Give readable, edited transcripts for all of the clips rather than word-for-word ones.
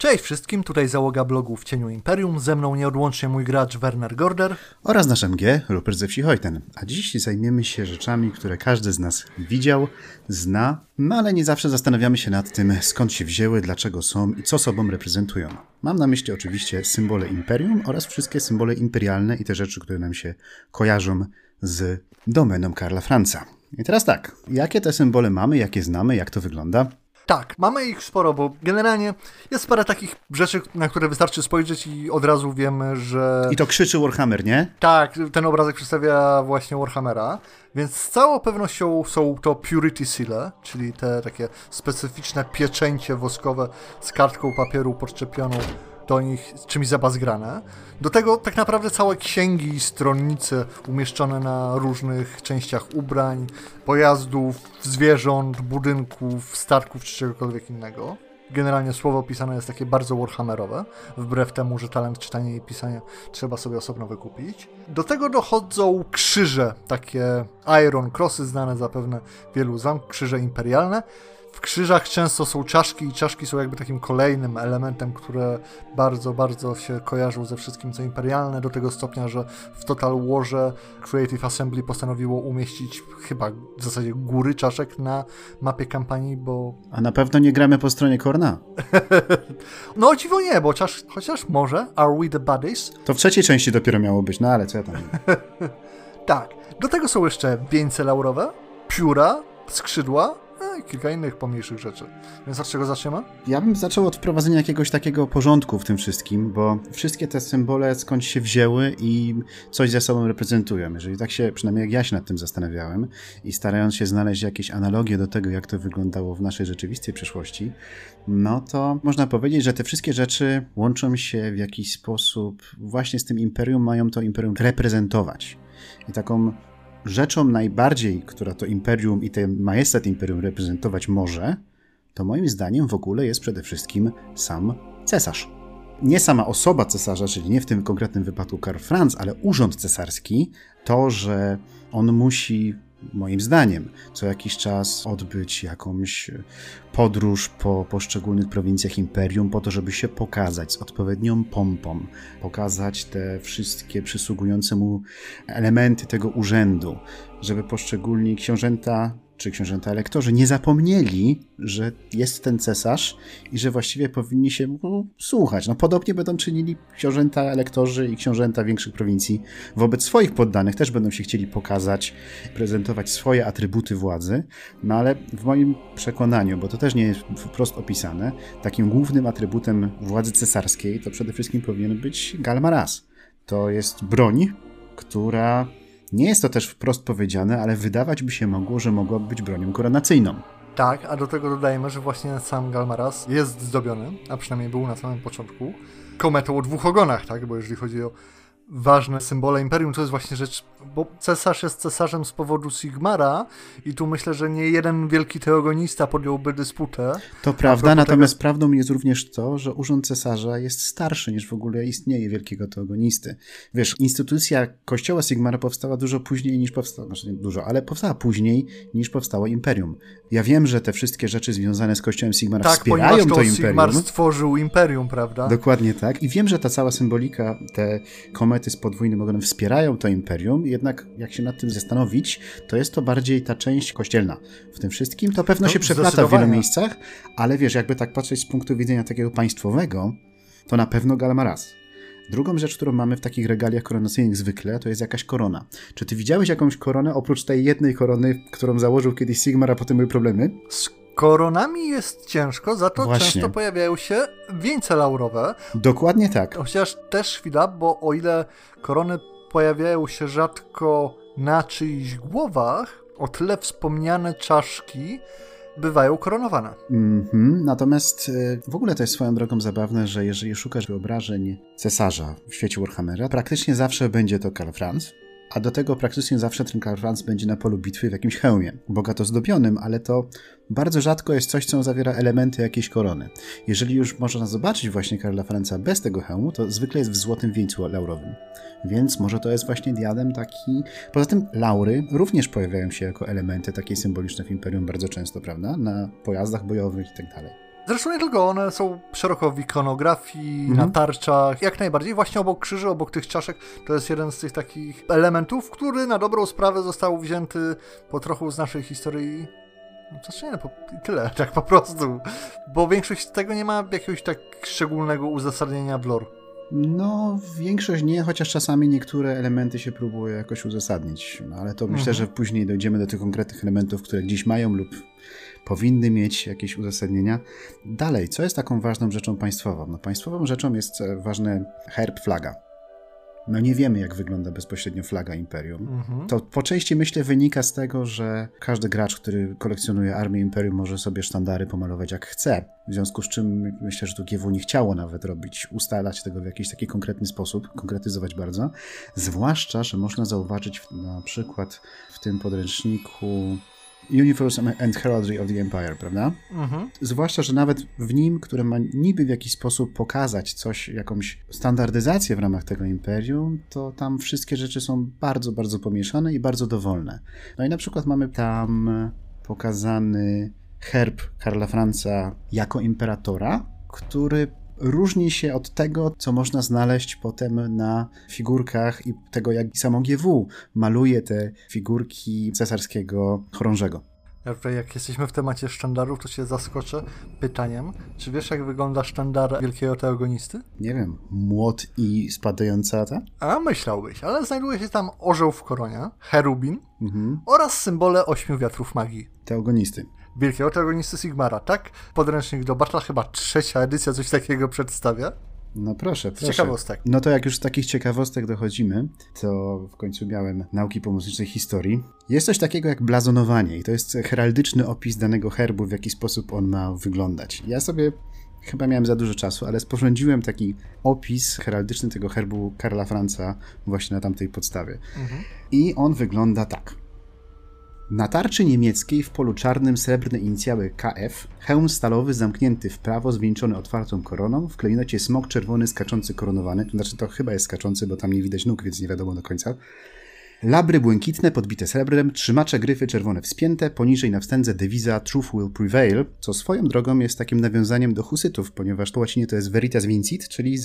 Cześć wszystkim, tutaj załoga blogu W Cieniu Imperium, ze mną nieodłącznie mój gracz Werner Gorder oraz nasz MG, Rupert ze Wsi Hojten. A dziś zajmiemy się rzeczami, które każdy z nas widział, zna, no ale nie zawsze zastanawiamy się nad tym, skąd się wzięły, dlaczego są i co sobą reprezentują. Mam na myśli oczywiście symbole Imperium oraz wszystkie symbole imperialne i te rzeczy, które nam się kojarzą z domeną Karla Franza. I teraz tak, jakie te symbole mamy, jakie znamy, jak to wygląda? Tak, mamy ich sporo, bo generalnie jest parę takich rzeczy, na które wystarczy spojrzeć i od razu wiemy, że... I to krzyczy Warhammer, nie? Tak, ten obrazek przedstawia właśnie Warhammera, więc z całą pewnością są to Purity Seal, czyli te takie specyficzne pieczęcie woskowe z kartką papieru podczepioną do nich czymś zabazgrane. Do tego tak naprawdę całe księgi i stronnice umieszczone na różnych częściach ubrań, pojazdów, zwierząt, budynków, statków czy czegokolwiek innego. Generalnie słowo pisane jest takie bardzo warhammerowe, wbrew temu, że talent czytania i pisania trzeba sobie osobno wykupić. Do tego dochodzą krzyże, takie Iron Crossy, znane zapewne wielu z wam, krzyże imperialne. W krzyżach często są czaszki i czaszki są jakby takim kolejnym elementem, które bardzo, bardzo się kojarzą ze wszystkim co imperialne, do tego stopnia, że w Total Warze Creative Assembly postanowiło umieścić chyba w zasadzie góry czaszek na mapie kampanii, bo... A na pewno nie gramy po stronie Korna. No o dziwo nie, bo chociaż może Are We The Buddies? To w trzeciej części dopiero miało być, no ale co ja tam... Tak. Do tego są jeszcze wieńce laurowe, pióra, skrzydła, i kilka innych pomniejszych rzeczy. Więc od czego zaczniemy? Ja bym zaczął od wprowadzenia jakiegoś takiego porządku w tym wszystkim, bo wszystkie te symbole skądś się wzięły i coś ze sobą reprezentują. Jeżeli tak się, przynajmniej jak ja się nad tym zastanawiałem i starając się znaleźć jakieś analogie do tego, jak to wyglądało w naszej rzeczywistej przeszłości, no to można powiedzieć, że te wszystkie rzeczy łączą się w jakiś sposób właśnie z tym imperium, mają to imperium reprezentować. I taką rzeczą najbardziej, która to imperium i ten majestat imperium reprezentować może, to moim zdaniem w ogóle jest przede wszystkim sam cesarz. Nie sama osoba cesarza, czyli nie w tym konkretnym wypadku Karl Franz, ale urząd cesarski, to, że on musi, moim zdaniem, co jakiś czas odbyć jakąś podróż po poszczególnych prowincjach imperium po to, żeby się pokazać z odpowiednią pompą, pokazać te wszystkie przysługujące mu elementy tego urzędu, żeby poszczególni książęta czy książęta elektorzy nie zapomnieli, że jest ten cesarz i że właściwie powinni się mu słuchać. No podobnie będą czynili książęta elektorzy i książęta większych prowincji wobec swoich poddanych. Też będą się chcieli pokazać, prezentować swoje atrybuty władzy. No ale w moim przekonaniu, bo to też nie jest wprost opisane, takim głównym atrybutem władzy cesarskiej to przede wszystkim powinien być Galmaraz. To jest broń, która... Nie jest to też wprost powiedziane, ale wydawać by się mogło, że mogłaby być bronią koronacyjną. Tak, a do tego dodajemy, że właśnie sam Galmaraz jest zdobiony, a przynajmniej był na samym początku, kometą o dwóch ogonach, tak? Bo jeżeli chodzi o ważne symbole imperium, to jest właśnie rzecz, bo cesarz jest cesarzem z powodu Sigmara i tu myślę, że nie jeden wielki teogonista podjąłby dysputę. To prawda, natomiast prawdą jest również to, że urząd cesarza jest starszy niż w ogóle istnieje wielkiego teogonisty. Wiesz, instytucja kościoła Sigmara powstała dużo później niż powstała, znaczy nie dużo, ale powstała później niż powstało imperium. Ja wiem, że te wszystkie rzeczy związane z kościołem Sigmara wspierają to imperium. Sigmar stworzył imperium, prawda? Dokładnie tak. I wiem, że ta cała symbolika, te komety z podwójnym ogonem wspierają to imperium, jednak jak się nad tym zastanowić, to jest to bardziej ta część kościelna w tym wszystkim. To pewno się przeplata w wielu miejscach, ale wiesz, jakby tak patrzeć z punktu widzenia takiego państwowego, to na pewno Galmaraz. Drugą rzecz, którą mamy w takich regaliach koronacyjnych zwykle, to jest jakaś korona. Czy ty widziałeś jakąś koronę, oprócz tej jednej korony, którą założył kiedyś Sigmar, a potem były problemy? Z koronami jest ciężko, za to Właśnie. Często pojawiają się wieńce laurowe. Dokładnie tak. Chociaż też chwila, bo o ile korony pojawiają się rzadko na czyichś głowach, o tyle wspomniane czaszki bywają koronowane. Natomiast w ogóle to jest swoją drogą zabawne, że jeżeli szukasz wyobrażeń cesarza w świecie Warhammera, praktycznie zawsze będzie to Karl Franz, a do tego praktycznie zawsze ten Karl Franz będzie na polu bitwy w jakimś hełmie, bogato zdobionym, ale to bardzo rzadko jest coś, co zawiera elementy jakiejś korony. Jeżeli już można zobaczyć właśnie Karla Franza bez tego hełmu, to zwykle jest w złotym wieńcu laurowym. Więc może to jest właśnie diadem taki... Poza tym laury również pojawiają się jako elementy takie symboliczne w Imperium bardzo często, prawda? Na pojazdach bojowych i tak dalej. Zresztą nie tylko, one są szeroko w ikonografii, na tarczach, jak najbardziej. Właśnie obok krzyży, obok tych czaszek, to jest jeden z tych takich elementów, który na dobrą sprawę został wzięty po trochu z naszej historii. Znaczy nie, tyle, tak po prostu. Bo większość z tego nie ma jakiegoś tak szczególnego uzasadnienia w lore. No, większość nie, chociaż czasami niektóre elementy się próbuje jakoś uzasadnić. No, ale to myślę, że później dojdziemy do tych konkretnych elementów, które gdzieś mają lub powinny mieć jakieś uzasadnienia. Dalej, co jest taką ważną rzeczą państwową? No, państwową rzeczą jest ważny herb, flaga. No nie wiemy, jak wygląda bezpośrednio flaga Imperium. To po części, myślę, wynika z tego, że każdy gracz, który kolekcjonuje armię Imperium, może sobie sztandary pomalować jak chce. W związku z czym myślę, że tu GW nie chciało nawet ustalać tego w jakiś taki konkretny sposób, konkretyzować bardzo. Zwłaszcza, że można zauważyć na przykład w tym podręczniku Uniforms and Heraldry of the Empire, prawda? Zwłaszcza, że nawet w nim, które ma niby w jakiś sposób pokazać coś, jakąś standaryzację w ramach tego imperium, to tam wszystkie rzeczy są bardzo, bardzo pomieszane i bardzo dowolne. No i na przykład mamy tam pokazany herb Karla Franza jako imperatora, który różni się od tego, co można znaleźć potem na figurkach i tego, jak samo GW maluje te figurki cesarskiego chorążego. Ja tutaj, jak jesteśmy w temacie sztandarów, to cię zaskoczę pytaniem. Czy wiesz, jak wygląda sztandar Wielkiego Teogonisty? Nie wiem, młot i spadająca ta? A myślałbyś, ale znajduje się tam orzeł w koronie, cherubin oraz symbole 8 wiatrów magii. Teogonisty. Wielkiego Teogonisty Sigmara, tak? Podręcznik do Battle, chyba 3. edycja coś takiego przedstawia. No proszę. Ciekawostek. No to jak już z takich ciekawostek dochodzimy, to w końcu miałem nauki po muzycznej historii. Jest coś takiego jak blazonowanie i to jest heraldyczny opis danego herbu, w jaki sposób on ma wyglądać. Ja sobie chyba miałem za dużo czasu, ale sporządziłem taki opis heraldyczny tego herbu Karla Franza właśnie na tamtej podstawie. I on wygląda tak. Na tarczy niemieckiej w polu czarnym srebrne inicjały KF, hełm stalowy zamknięty w prawo, zwieńczony otwartą koroną, w klejnocie smok czerwony skaczący koronowany, to znaczy to chyba jest skaczący, bo tam nie widać nóg, więc nie wiadomo do końca. Labry błękitne podbite srebrem, trzymacze gryfy czerwone wspięte, poniżej na wstędze dewiza Truth will prevail, co swoją drogą jest takim nawiązaniem do husytów, ponieważ po łacinie to jest Veritas Vincit, czyli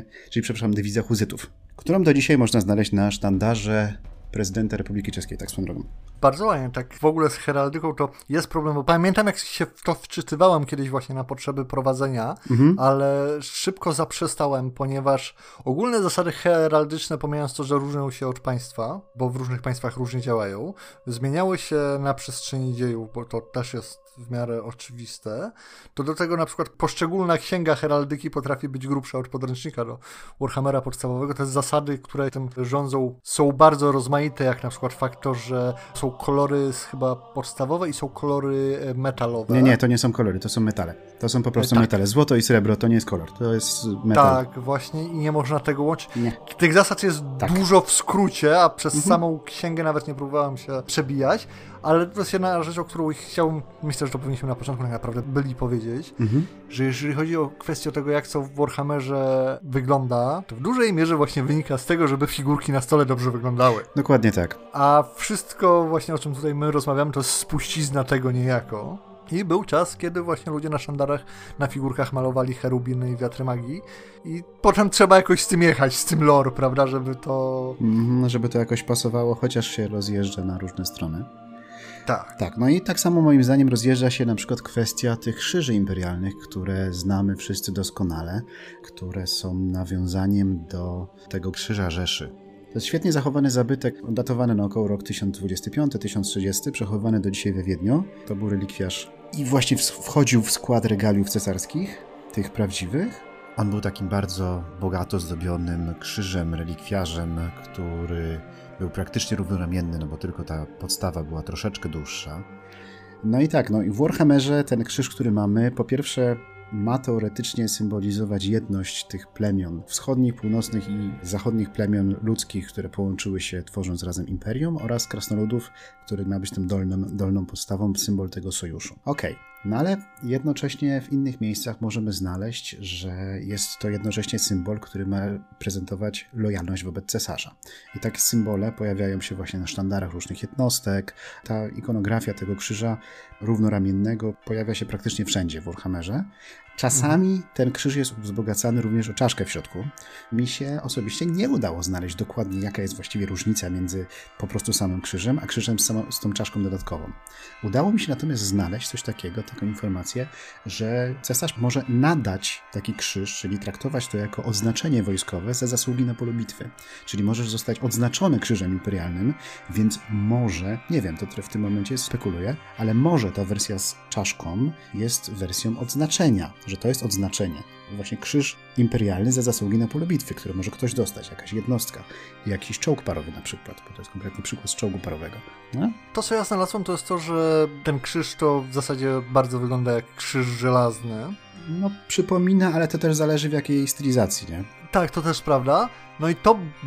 dewiza husytów, którą do dzisiaj można znaleźć na sztandarze prezydenta Republiki Czeskiej, tak swoją drogą. Bardzo ładnie, tak w ogóle z heraldyką to jest problem, bo pamiętam, jak się w to wczytywałem kiedyś właśnie na potrzeby prowadzenia, ale szybko zaprzestałem, ponieważ ogólne zasady heraldyczne, pomijając to, że różnią się od państwa, bo w różnych państwach różnie działają, zmieniały się na przestrzeni dziejów, bo to też jest w miarę oczywiste, to do tego na przykład poszczególna księga heraldyki potrafi być grubsza od podręcznika do Warhammera podstawowego. Te zasady, które tym rządzą, są bardzo rozmaite, jak na przykład fakt to, że są kolory chyba podstawowe i są kolory metalowe. Nie, to nie są kolory, to są metale. To są po prostu metale. Złoto i srebro to nie jest kolor, to jest metal. Tak, właśnie i nie można tego łączyć. Nie. Tych zasad jest dużo w skrócie, a przez samą księgę nawet nie próbowałem się przebijać, ale to jest jedna rzecz, o którą chciałbym, myślę, że to powinniśmy na początku tak naprawdę byli powiedzieć, że jeżeli chodzi o kwestię tego, jak co w Warhammerze wygląda, to w dużej mierze właśnie wynika z tego, żeby figurki na stole dobrze wyglądały. Dokładnie tak. A wszystko właśnie, o czym tutaj my rozmawiamy, to jest spuścizna tego niejako. I był czas, kiedy właśnie ludzie na sztandarach, na figurkach malowali cherubiny i wiatry magii i potem trzeba jakoś z tym jechać, z tym lore, prawda, żeby to... Żeby to jakoś pasowało, chociaż się rozjeżdża na różne strony. Tak. No i tak samo moim zdaniem rozjeżdża się na przykład kwestia tych krzyży imperialnych, które znamy wszyscy doskonale, które są nawiązaniem do tego krzyża Rzeszy. To jest świetnie zachowany zabytek, datowany na około rok 1025-1030, przechowywany do dzisiaj we Wiedniu. To był relikwiarz i właśnie wchodził w skład regaliów cesarskich, tych prawdziwych. On był takim bardzo bogato zdobionym krzyżem, relikwiarzem, który był praktycznie równoramienny, no bo tylko ta podstawa była troszeczkę dłuższa. No i tak, i w Warhammerze ten krzyż, który mamy, po pierwsze ma teoretycznie symbolizować jedność tych plemion wschodnich, północnych i zachodnich plemion ludzkich, które połączyły się, tworząc razem imperium, oraz krasnoludów, który ma być tym dolną podstawą, symbol tego sojuszu. Okej. No ale jednocześnie w innych miejscach możemy znaleźć, że jest to jednocześnie symbol, który ma prezentować lojalność wobec cesarza. I takie symbole pojawiają się właśnie na sztandarach różnych jednostek. Ta ikonografia tego krzyża równoramiennego pojawia się praktycznie wszędzie w Warhammerze. Czasami ten krzyż jest wzbogacany również o czaszkę w środku. Mi się osobiście nie udało znaleźć dokładnie, jaka jest właściwie różnica między po prostu samym krzyżem, a krzyżem z tą czaszką dodatkową. Udało mi się natomiast znaleźć coś takiego, taką informację, że cesarz może nadać taki krzyż, czyli traktować to jako odznaczenie wojskowe za zasługi na polu bitwy. Czyli możesz zostać odznaczony krzyżem imperialnym, więc może, nie wiem, to w tym momencie spekuluję, ale może ta wersja z czaszką jest wersją odznaczenia, że to jest odznaczenie. Właśnie krzyż imperialny za zasługi na polu bitwy, który może ktoś dostać, jakaś jednostka, jakiś czołg parowy na przykład, bo to jest konkretny przykład z czołgu parowego. No? To, co ja znalazłem, to jest to, że ten krzyż to w zasadzie bardzo wygląda jak krzyż żelazny. No przypomina, ale to też zależy w jakiej stylizacji, nie? Tak, to też prawda. No i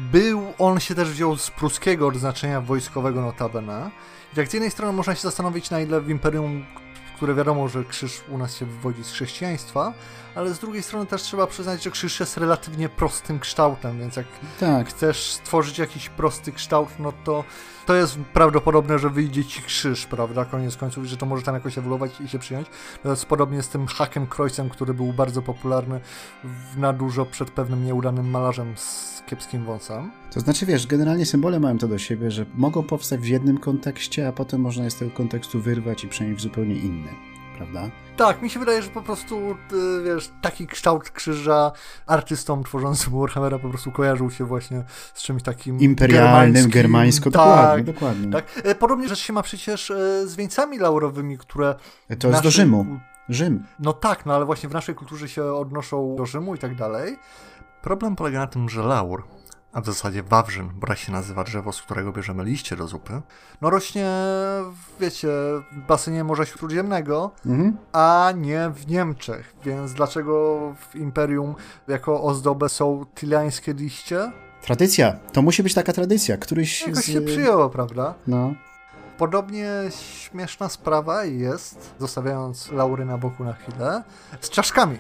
on się też wziął z pruskiego odznaczenia wojskowego notabene. I tak z jednej strony można się zastanowić, na ile w Imperium, które wiadomo, że krzyż u nas się wywodzi z chrześcijaństwa, ale z drugiej strony też trzeba przyznać, że krzyż jest relatywnie prostym kształtem, więc jak chcesz stworzyć jakiś prosty kształt, no to jest prawdopodobne, że wyjdzie ci krzyż, prawda, koniec końców, że to może tam jakoś ewoluować i się przyjąć. To jest podobnie z tym hakiem Kreuzem, który był bardzo popularny na dużo przed pewnym nieudanym malarzem z kiepskim wąsem. To znaczy, wiesz, generalnie symbole mają to do siebie, że mogą powstać w jednym kontekście, a potem można je z tego kontekstu wyrwać i przenieść w zupełnie inny, prawda? Tak, mi się wydaje, że po prostu, wiesz, taki kształt krzyża artystom tworzącym Warhammera po prostu kojarzył się właśnie z czymś takim imperialnym, germańsko, tak, dokładnie. Tak. Podobnie rzecz się ma przecież z wieńcami laurowymi, które... To jest do Rzymu. Rzym. No tak, no ale właśnie w naszej kulturze się odnoszą do Rzymu i tak dalej. Problem polega na tym, że laur, a w zasadzie wawrzyn, bo tak się nazywa drzewo, z którego bierzemy liście do zupy, no rośnie, wiecie, w basenie Morza Śródziemnego, a nie w Niemczech. Więc dlaczego w Imperium jako ozdobę są tyliańskie liście? Tradycja. To musi być taka tradycja. Jakoś się przyjęło, prawda? No. Podobnie śmieszna sprawa jest, zostawiając laury na boku na chwilę, z czaszkami.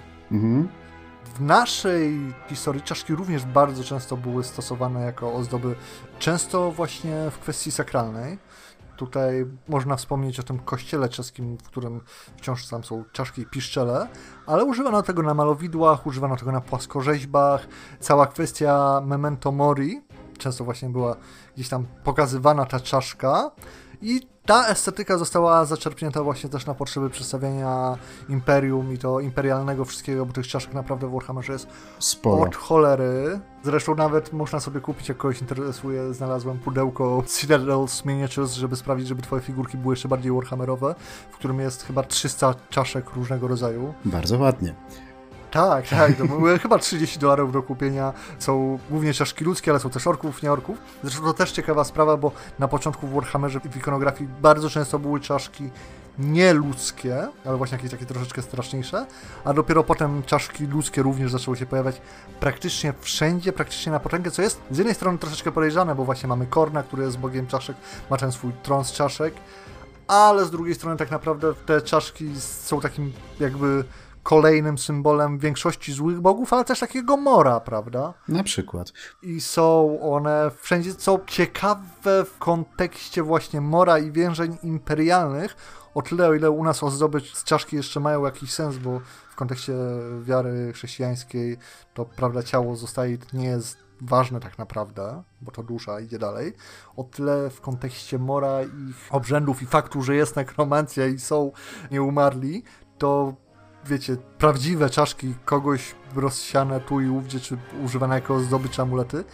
W naszej historii czaszki również bardzo często były stosowane jako ozdoby, często właśnie w kwestii sakralnej. Tutaj można wspomnieć o tym kościele czeskim, w którym wciąż tam są czaszki i piszczele, ale używano tego na malowidłach, używano tego na płaskorzeźbach. Cała kwestia memento mori, często właśnie była gdzieś tam pokazywana ta czaszka. I ta estetyka została zaczerpnięta właśnie też na potrzeby przedstawiania imperium i to imperialnego wszystkiego, bo tych czaszek naprawdę w Warhammerze jest sporo. Od cholery. Zresztą nawet można sobie kupić, jak kogoś interesuje, znalazłem pudełko Citadel's Miniatures, żeby sprawić, żeby twoje figurki były jeszcze bardziej warhammerowe, w którym jest chyba 300 czaszek różnego rodzaju. Bardzo ładnie. Tak, to były chyba $30 do kupienia. Są głównie czaszki ludzkie, ale są też orków, nie orków. Zresztą to też ciekawa sprawa, bo na początku w Warhammerze w ikonografii bardzo często były czaszki nieludzkie, ale właśnie jakieś takie troszeczkę straszniejsze, a dopiero potem czaszki ludzkie również zaczęły się pojawiać praktycznie wszędzie, praktycznie na potęgę, co jest z jednej strony troszeczkę podejrzane, bo właśnie mamy Korna, który jest bogiem czaszek, ma ten swój tron z czaszek, ale z drugiej strony tak naprawdę te czaszki są takim jakby kolejnym symbolem większości złych bogów, ale też takiego mora, prawda? Na przykład. I są one wszędzie, co ciekawe w kontekście właśnie mora i więzień imperialnych, o tyle, o ile u nas ozdoby z czaszki jeszcze mają jakiś sens, bo w kontekście wiary chrześcijańskiej to, prawda, ciało zostaje, nie jest ważne tak naprawdę, bo to dusza idzie dalej. O tyle w kontekście mora, ich obrzędów i faktu, że jest nekromancja i są nieumarli, to wiecie, prawdziwe czaszki kogoś rozsiane tu i ówdzie, czy używane jako ozdoby czy amulety,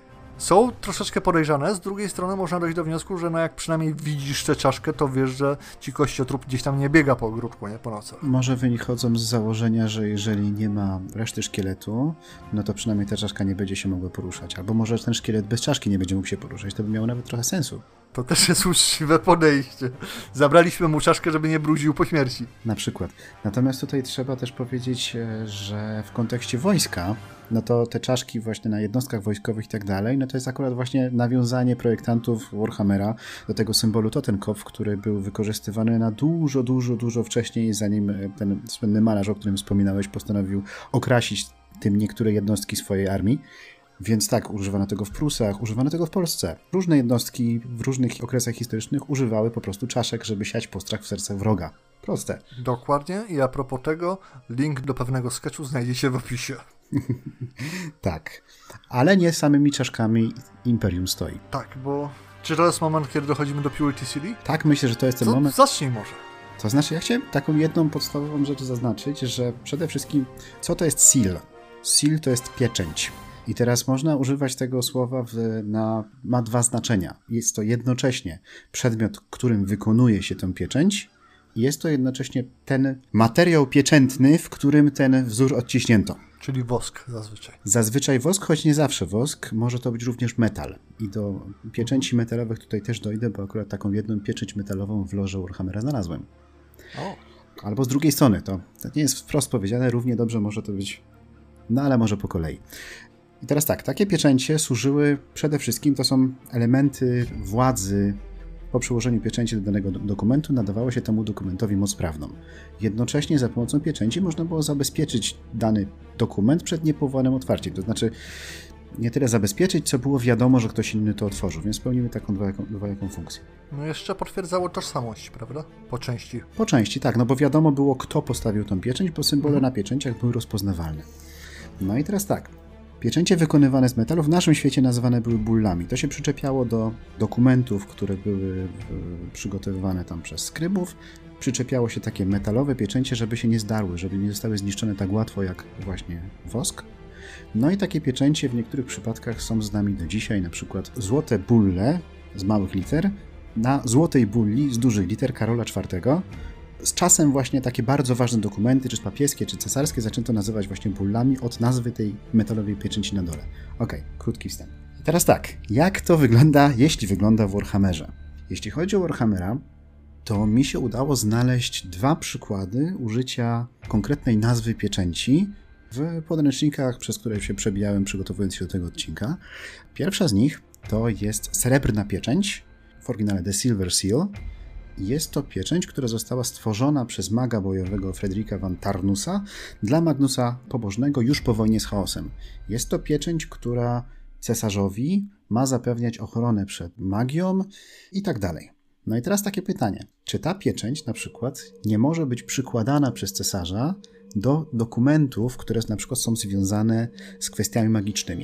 są troszeczkę podejrzane. Z drugiej strony można dojść do wniosku, że no jak przynajmniej widzisz tę czaszkę, to wiesz, że ci kościotrup gdzieś tam nie biega po ogródku, nie po nocach. Może wychodzą z założenia, że jeżeli nie ma reszty szkieletu, no to przynajmniej ta czaszka nie będzie się mogła poruszać. Albo może ten szkielet bez czaszki nie będzie mógł się poruszać. To by miało nawet trochę sensu. To też jest uczciwe podejście. Zabraliśmy mu czaszkę, żeby nie brudził po śmierci. Na przykład. Natomiast tutaj trzeba też powiedzieć, że w kontekście wojska, no to te czaszki właśnie na jednostkach wojskowych i tak dalej, no to jest akurat właśnie nawiązanie projektantów Warhammera do tego symbolu Totenkopf, który był wykorzystywany na dużo wcześniej, zanim ten słynny malarz, o którym wspominałeś, postanowił okrasić tym niektóre jednostki swojej armii. Więc tak, używano tego w Prusach, używano tego w Polsce. Różne jednostki w różnych okresach historycznych używały po prostu czaszek, żeby siać postrach w serce wroga. Proste. Dokładnie. I a propos tego, link do pewnego sketchu znajdziecie w opisie. Tak. Ale nie samymi czaszkami Imperium stoi. Tak, bo czy to jest moment, kiedy dochodzimy do Purity City? Tak, myślę, że to jest ten moment. Zacznij może. To znaczy, ja chciałem taką jedną podstawową rzecz zaznaczyć, że przede wszystkim, co to jest seal? Seal to jest pieczęć. I teraz można używać tego słowa ma dwa znaczenia. Jest to jednocześnie przedmiot, którym wykonuje się tę pieczęć i jest to jednocześnie ten materiał pieczętny, w którym ten wzór odciśnięto. Czyli wosk zazwyczaj. Zazwyczaj wosk, choć nie zawsze wosk, może to być również metal. I do pieczęci metalowych tutaj też dojdę, bo akurat taką jedną pieczęć metalową w loży Warhammera znalazłem. O. Albo z drugiej strony, to nie jest wprost powiedziane, równie dobrze może to być, no ale może po kolei. I teraz tak, takie pieczęcie służyły przede wszystkim, to są elementy władzy. Po przyłożeniu pieczęci do danego dokumentu nadawało się temu dokumentowi moc prawną. Jednocześnie za pomocą pieczęci można było zabezpieczyć dany dokument przed niepowołanym otwarciem. To znaczy nie tyle zabezpieczyć, co było wiadomo, że ktoś inny to otworzył, więc spełnimy taką dwojaką funkcję. No jeszcze potwierdzało tożsamość, prawda? Po części. Po części, tak, no bo wiadomo było, kto postawił tą pieczęć, bo symbole na pieczęciach były rozpoznawalne. No i teraz tak. Pieczęcie wykonywane z metalu w naszym świecie nazywane były bullami. To się przyczepiało do dokumentów, które były przygotowywane tam przez skrybów. Przyczepiało się takie metalowe pieczęcie, żeby się nie zdarły, żeby nie zostały zniszczone tak łatwo jak właśnie wosk. No i takie pieczęcie w niektórych przypadkach są z nami do dzisiaj, na przykład złote bulle z małych liter na złotej bulli z dużych liter Karola IV. Z czasem właśnie takie bardzo ważne dokumenty, czy papieskie, czy cesarskie, zaczęto nazywać właśnie bullami od nazwy tej metalowej pieczęci na dole. Okej, krótki wstęp. I teraz tak, jak to wygląda, jeśli wygląda w Warhammerze? Jeśli chodzi o Warhammera, to mi się udało znaleźć 2 przykłady użycia konkretnej nazwy pieczęci w podręcznikach, przez które się przebijałem, przygotowując się do tego odcinka. Pierwsza z nich to jest srebrna pieczęć, w oryginale The Silver Seal. Jest to pieczęć, która została stworzona przez maga bojowego Fredrika van Tarnusa dla Magnusa Pobożnego już po wojnie z chaosem. Jest to pieczęć, która cesarzowi ma zapewniać ochronę przed magią i tak dalej. No i teraz takie pytanie. Czy ta pieczęć na przykład nie może być przykładana przez cesarza do dokumentów, które na przykład są związane z kwestiami magicznymi?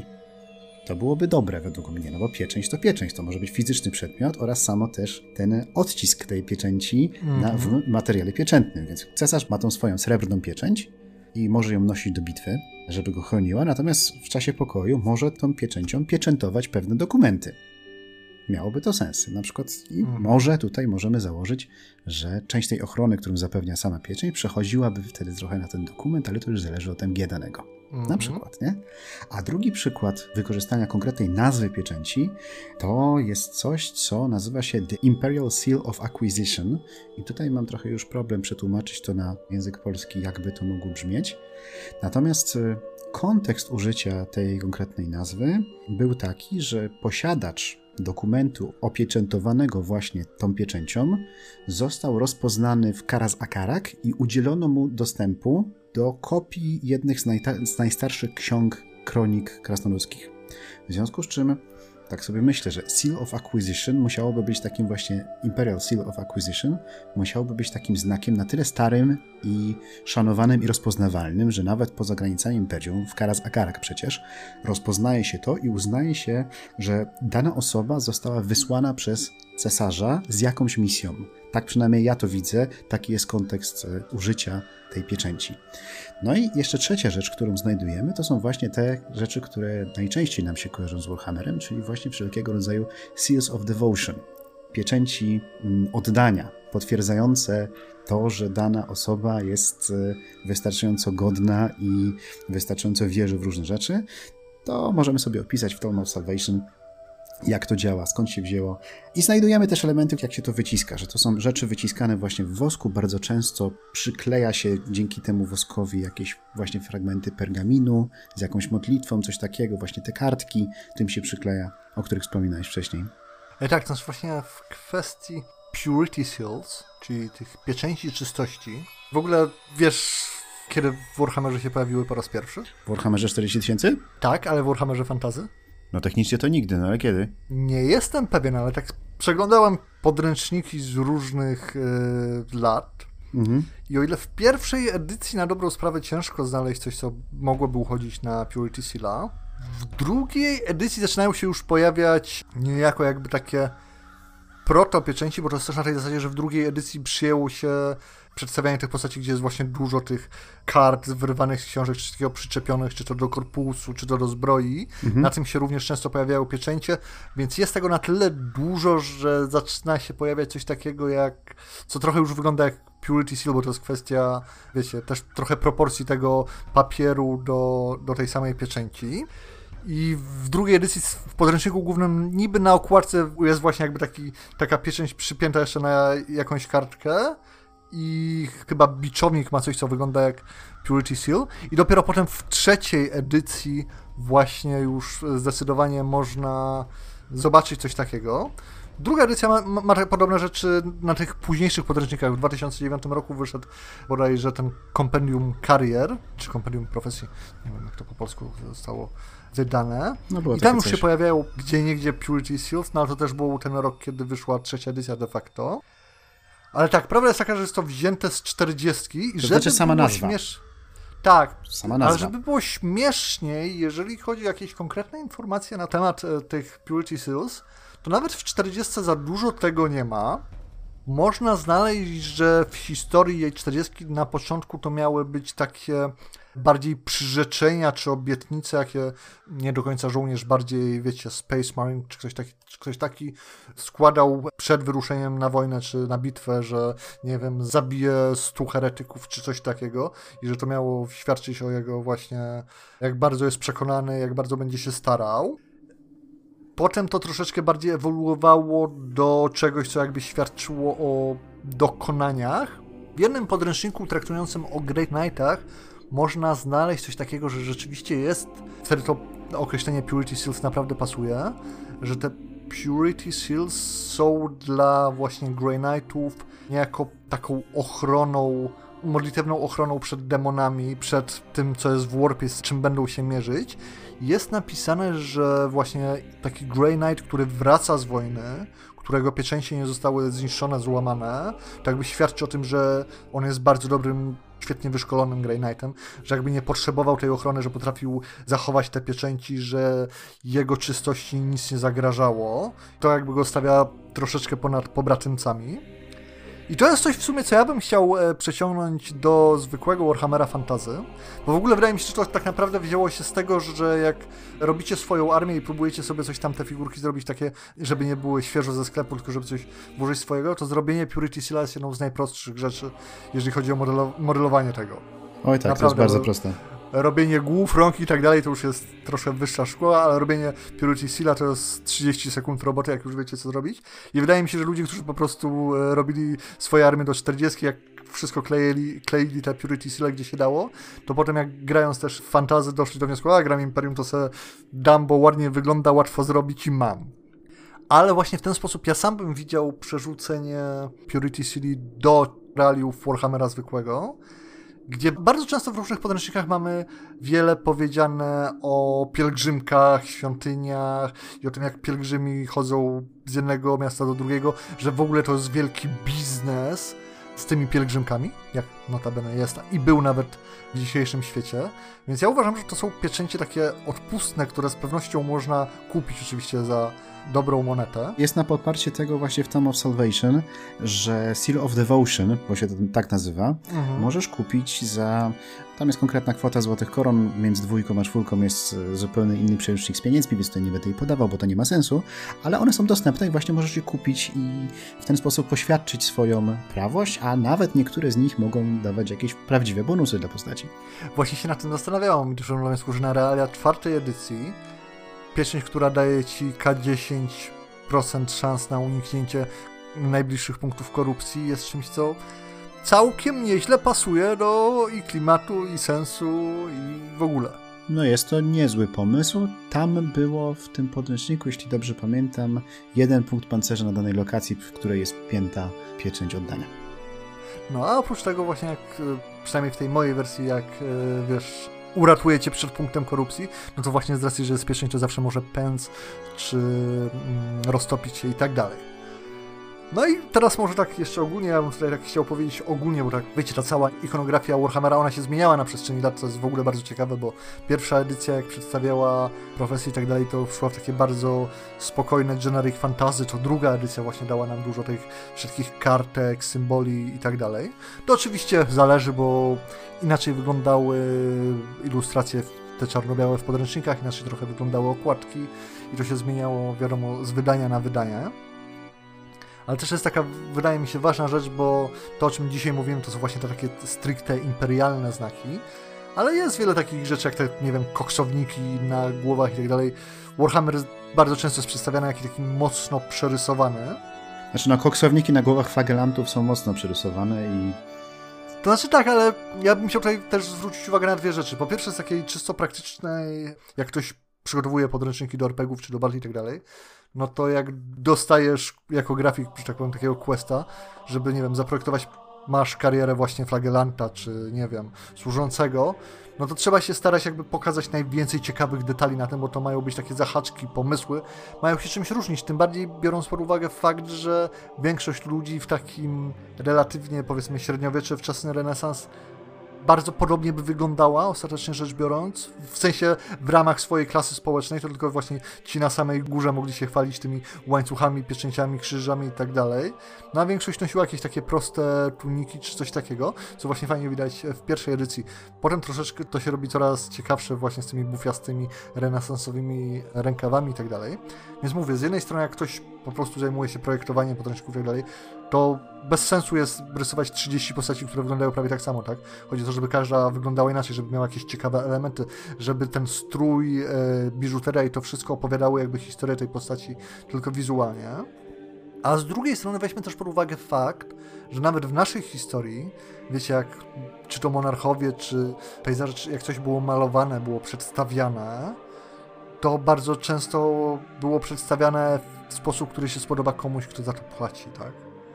To byłoby dobre według mnie, no bo pieczęć, to może być fizyczny przedmiot oraz samo też ten odcisk tej pieczęci w materiale pieczętnym. Więc cesarz ma tą swoją srebrną pieczęć i może ją nosić do bitwy, żeby go chroniła, natomiast w czasie pokoju może tą pieczęcią pieczętować pewne dokumenty. Miałoby to sens. Na przykład może tutaj możemy założyć, że część tej ochrony, którą zapewnia sama pieczęć, przechodziłaby wtedy trochę na ten dokument, ale to już zależy od MG danego. Na przykład, nie? A drugi przykład wykorzystania konkretnej nazwy pieczęci to jest coś, co nazywa się The Imperial Seal of Acquisition. I tutaj mam trochę już problem przetłumaczyć to na język polski, jakby to mogło brzmieć. Natomiast kontekst użycia tej konkretnej nazwy był taki, że posiadacz dokumentu opieczętowanego właśnie tą pieczęcią został rozpoznany w Karaz Akarak i udzielono mu dostępu do kopii jednych z najstarszych ksiąg kronik krasnoludzkich. W związku z czym tak sobie myślę, że Seal of Acquisition musiałoby być takim właśnie Imperial Seal of Acquisition, musiałoby być takim znakiem na tyle starym i szanowanym i rozpoznawalnym, że nawet poza granicami Imperium, w Karaz Akarak przecież, rozpoznaje się to i uznaje się, że dana osoba została wysłana przez cesarza z jakąś misją. Tak przynajmniej ja to widzę, taki jest kontekst użycia tej pieczęci. No i jeszcze trzecia rzecz, którą znajdujemy, to są właśnie te rzeczy, które najczęściej nam się kojarzą z Warhammerem, czyli właśnie wszelkiego rodzaju Seals of Devotion, pieczęci oddania, potwierdzające to, że dana osoba jest wystarczająco godna i wystarczająco wierzy w różne rzeczy. To możemy sobie opisać w Tome of Salvation jak to działa, skąd się wzięło. I znajdujemy też elementy, jak się to wyciska, że to są rzeczy wyciskane właśnie w wosku. Bardzo często przykleja się dzięki temu woskowi jakieś właśnie fragmenty pergaminu z jakąś modlitwą, coś takiego, właśnie te kartki, tym się przykleja, o których wspominałeś wcześniej. Tak, to jest właśnie w kwestii Purity Seals, czyli tych pieczęci czystości. W ogóle wiesz, kiedy w Warhammerze się pojawiły po raz pierwszy? W Warhammerze 40 000? Tak, ale w Warhammerze Fantasy? No technicznie to nigdy, no ale kiedy? Nie jestem pewien, ale tak przeglądałem podręczniki z różnych lat i o ile w pierwszej edycji na dobrą sprawę ciężko znaleźć coś, co mogłoby uchodzić na Purity Seala, w drugiej edycji zaczynają się już pojawiać niejako jakby takie proto-pieczęci, bo to jest też na tej zasadzie, że w drugiej edycji przyjęło się przedstawianie tych postaci, gdzie jest właśnie dużo tych kart wyrywanych z książek, czy takiego przyczepionych, czy to do korpusu, czy to do zbroi. Na tym się również często pojawiają pieczęcie, więc jest tego na tyle dużo, że zaczyna się pojawiać coś takiego jak, co trochę już wygląda jak Purity Seal, bo to jest kwestia, wiecie, też trochę proporcji tego papieru do tej samej pieczęci. I w drugiej edycji w podręczniku głównym niby na okładce jest właśnie jakby taka pieczęć przypięta jeszcze na jakąś kartkę i chyba biczownik ma coś, co wygląda jak Purity Seal i dopiero potem w trzeciej edycji właśnie już zdecydowanie można zobaczyć coś takiego. Druga edycja ma podobne rzeczy na tych późniejszych podręcznikach. W 2009 roku wyszedł bodajże ten Compendium Carrier, czy Compendium Profesji, nie wiem jak to po polsku zostało wydane. No i tam już się pojawiają gdzieniegdzie Purity Seals, no ale to też był ten rok, kiedy wyszła trzecia edycja de facto. Ale tak, prawda jest taka, że jest to wzięte z 40 i to znaczy sama nazwa. Tak, sama nazwa. Ale żeby było śmieszniej, jeżeli chodzi o jakieś konkretne informacje na temat tych Purity Seals, to nawet w 40 za dużo tego nie ma. Można znaleźć, że w historii jej 40 na początku to miały być takie bardziej przyrzeczenia czy obietnice, jakie nie do końca żołnierz, bardziej, wiecie, Space Marine czy ktoś taki składał przed wyruszeniem na wojnę czy na bitwę, że, nie wiem, zabije 100 heretyków czy coś takiego i że to miało świadczyć o jego właśnie, jak bardzo jest przekonany, jak bardzo będzie się starał. Potem to troszeczkę bardziej ewoluowało do czegoś, co jakby świadczyło o dokonaniach. W jednym podręczniku traktującym o Great Knightach można znaleźć coś takiego, że rzeczywiście jest, wtedy to określenie Purity Seals naprawdę pasuje, że te Purity Seals są dla właśnie Grey Knightów niejako taką ochroną, modlitewną ochroną przed demonami, przed tym, co jest w warpie, z czym będą się mierzyć. Jest napisane, że właśnie taki Grey Knight, który wraca z wojny, którego pieczęcie nie zostały zniszczone, złamane, to jakby świadczy o tym, że on jest bardzo dobrym, świetnie wyszkolonym Grey Knightem, że jakby nie potrzebował tej ochrony, że potrafił zachować te pieczęci, że jego czystości nic nie zagrażało. To jakby go stawia troszeczkę ponad pobratymcami. I to jest coś w sumie, co ja bym chciał przeciągnąć do zwykłego Warhammera Fantasy, bo w ogóle wydaje mi się, że to tak naprawdę wzięło się z tego, że jak robicie swoją armię i próbujecie sobie coś tam, te figurki zrobić takie, żeby nie były świeżo ze sklepu, tylko żeby coś włożyć swojego, to zrobienie Purity Seala jest jedną z najprostszych rzeczy, jeżeli chodzi o modelowanie tego. Oj tak, naprawdę, to jest bardzo proste. Robienie głów, rąk i tak dalej to już jest troszkę wyższa szkoła, ale robienie Purity Seala to jest 30 sekund roboty, jak już wiecie co zrobić. I wydaje mi się, że ludzie, którzy po prostu robili swoje armie do 40, jak wszystko kleili te Purity Seale gdzie się dało, to potem jak grając też w fantasy doszli do wniosku, gram Imperium, to se dam, bo ładnie wygląda, łatwo zrobić i mam. Ale właśnie w ten sposób ja sam bym widział przerzucenie Purity Seali do realiów Warhammera zwykłego, gdzie bardzo często w różnych podręcznikach mamy wiele powiedziane o pielgrzymkach, świątyniach i o tym, jak pielgrzymi chodzą z jednego miasta do drugiego, że w ogóle to jest wielki biznes z tymi pielgrzymkami, jak notabene jest i był nawet w dzisiejszym świecie. Więc ja uważam, że to są pieczęcie takie odpustne, które z pewnością można kupić oczywiście za dobrą monetę. Jest na podparcie tego właśnie w Tome of Salvation, że Seal of Devotion, bo się to tak nazywa, możesz kupić za... Tam jest konkretna kwota złotych koron, między 2 a 4 jest zupełnie inny przelicznik z pieniędzmi, więc tutaj nie będę jej podawał, bo to nie ma sensu, ale one są dostępne i właśnie możesz je kupić i w ten sposób poświadczyć swoją prawość, a nawet niektóre z nich mogą dawać jakieś prawdziwe bonusy dla postaci. Właśnie się nad tym zastanawiałem, że na realia 4. edycji pieczęć, która daje ci K10% szans na uniknięcie najbliższych punktów korupcji, jest czymś, co całkiem nieźle pasuje do i klimatu, i sensu, i w ogóle. No jest to niezły pomysł. Tam było w tym podręczniku, jeśli dobrze pamiętam, 1 punkt pancerza na danej lokacji, w której jest pięta pieczęć oddania. No a oprócz tego właśnie, jak przynajmniej w tej mojej wersji, jak wiesz, uratuje cię przed punktem korupcji, no to właśnie z racji, że jest pieczęć, to zawsze może pędz, czy roztopić się i tak dalej. No i teraz może tak jeszcze ogólnie, ja bym tutaj tak chciał powiedzieć ogólnie, bo tak wiecie, ta cała ikonografia Warhammera, ona się zmieniała na przestrzeni lat, co jest w ogóle bardzo ciekawe, bo pierwsza edycja, jak przedstawiała profesję i tak dalej, to szła w takie bardzo spokojne generic fantasy, to druga edycja właśnie dała nam dużo tych wszystkich kartek, symboli i tak dalej. To oczywiście zależy, bo inaczej wyglądały ilustracje te czarno-białe w podręcznikach, inaczej trochę wyglądały okładki i to się zmieniało, wiadomo, z wydania na wydanie. Ale też jest taka, wydaje mi się, ważna rzecz, bo to, o czym dzisiaj mówimy, to są właśnie te takie stricte imperialne znaki, ale jest wiele takich rzeczy, jak te, nie wiem, koksowniki na głowach i tak dalej. Warhammer bardzo często jest przedstawiany jako taki mocno przerysowany. Znaczy, no, koksowniki na głowach flagellantów są mocno przerysowane i... To znaczy tak, ale ja bym chciał tutaj też zwrócić uwagę na dwie rzeczy. Po pierwsze, z takiej czysto praktycznej, jak ktoś przygotowuje podręczniki do RPGów czy do Battle i tak dalej, no to jak dostajesz jako grafik, że tak powiem, takiego questa, żeby, nie wiem, zaprojektować, masz karierę właśnie flagellanta, czy, nie wiem, służącego, no to trzeba się starać jakby pokazać najwięcej ciekawych detali na tym, bo to mają być takie zahaczki, pomysły, mają się czymś różnić, tym bardziej biorąc pod uwagę fakt, że większość ludzi w takim relatywnie, powiedzmy, średniowiecze, wczesny renesans bardzo podobnie by wyglądała, ostatecznie rzecz biorąc, w sensie w ramach swojej klasy społecznej, to tylko właśnie ci na samej górze mogli się chwalić tymi łańcuchami, pieczęciami, krzyżami i tak dalej. No a większość nosiła jakieś takie proste tuniki czy coś takiego, co właśnie fajnie widać w pierwszej edycji. Potem troszeczkę to się robi coraz ciekawsze właśnie z tymi bufiastymi, renesansowymi rękawami i tak dalej. Więc mówię, z jednej strony jak ktoś po prostu zajmuje się projektowaniem podręczników i tak dalej, to bez sensu jest rysować 30 postaci, które wyglądają prawie tak samo, tak? Chodzi o to, żeby każda wyglądała inaczej, żeby miała jakieś ciekawe elementy, żeby ten strój, biżuteria i to wszystko opowiadało jakby historię tej postaci tylko wizualnie. A z drugiej strony weźmy też pod uwagę fakt, że nawet w naszej historii, wiecie, jak czy to monarchowie, czy pejzaże, czy jak coś było malowane, było przedstawiane, to bardzo często było przedstawiane w sposób, który się spodoba komuś, kto za to płaci, tak?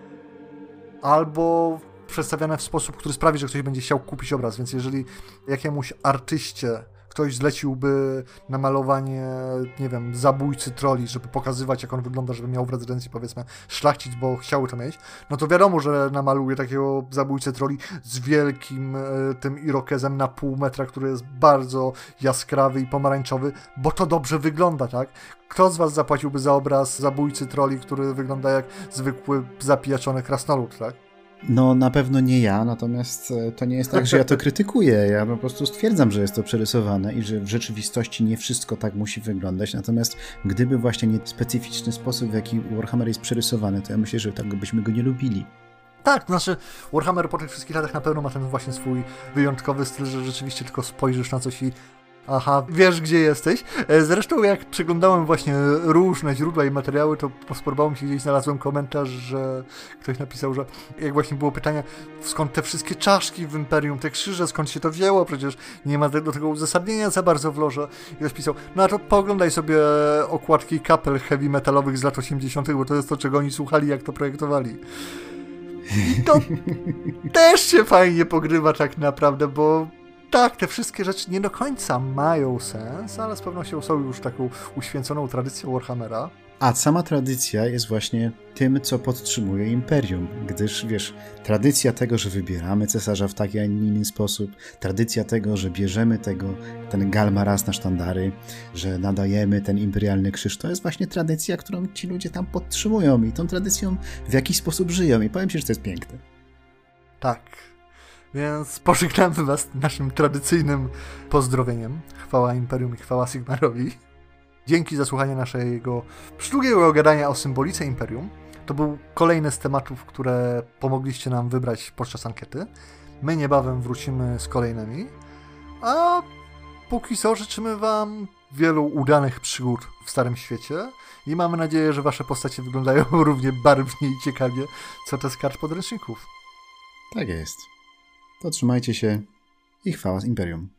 Albo przedstawiane w sposób, który sprawi, że ktoś będzie chciał kupić obraz, więc jeżeli jakiemuś artyście ktoś zleciłby namalowanie, nie wiem, zabójcy troli, żeby pokazywać, jak on wygląda, żeby miał w rezydencji, powiedzmy, szlachcic, bo chciały to mieć, no to wiadomo, że namaluje takiego zabójcę troli z wielkim tym irokezem na pół metra, który jest bardzo jaskrawy i pomarańczowy, bo to dobrze wygląda, tak? Kto z was zapłaciłby za obraz zabójcy troli, który wygląda jak zwykły zapijaczony krasnolud, tak? No na pewno nie ja, natomiast to nie jest tak, że ja to krytykuję. Ja po prostu stwierdzam, że jest to przerysowane i że w rzeczywistości nie wszystko tak musi wyglądać. Natomiast gdyby właśnie nie specyficzny sposób, w jaki Warhammer jest przerysowany, to ja myślę, że tak byśmy go nie lubili. Tak, to znaczy Warhammer po tych wszystkich latach na pewno ma ten właśnie swój wyjątkowy styl, że rzeczywiście tylko spojrzysz na coś i aha, wiesz gdzie jesteś. Zresztą jak przeglądałem właśnie różne źródła i materiały, to spodobało mi się, gdzieś znalazłem komentarz, że ktoś napisał, że jak właśnie było pytanie, skąd te wszystkie czaszki w Imperium, te krzyże, skąd się to wzięło, przecież nie ma do tego uzasadnienia za bardzo w lorze. I ktoś pisał, no a to pooglądaj sobie okładki kapel heavy metalowych z lat 80., bo to jest to, czego oni słuchali, jak to projektowali. I to też się fajnie pogrywa tak naprawdę, bo tak, te wszystkie rzeczy nie do końca mają sens, ale z pewnością są już taką uświęconą tradycją Warhammera. A sama tradycja jest właśnie tym, co podtrzymuje Imperium, gdyż, wiesz, tradycja tego, że wybieramy cesarza w taki, a nie inny sposób, tradycja tego, że bierzemy ten galmaraz na sztandary, że nadajemy ten imperialny krzyż, to jest właśnie tradycja, którą ci ludzie tam podtrzymują i tą tradycją w jakiś sposób żyją i powiem ci, że to jest piękne. Tak. Więc pożegnamy was naszym tradycyjnym pozdrowieniem. Chwała Imperium i chwała Sigmarowi. Dzięki za słuchanie naszego przydługiego gadania o symbolice Imperium. To był kolejny z tematów, które pomogliście nam wybrać podczas ankiety. My niebawem wrócimy z kolejnymi. A póki co życzymy wam wielu udanych przygód w Starym Świecie i mamy nadzieję, że wasze postacie wyglądają równie barwnie i ciekawie, co te z kart podręczników. Tak jest. To trzymajcie się i chwała z Imperium.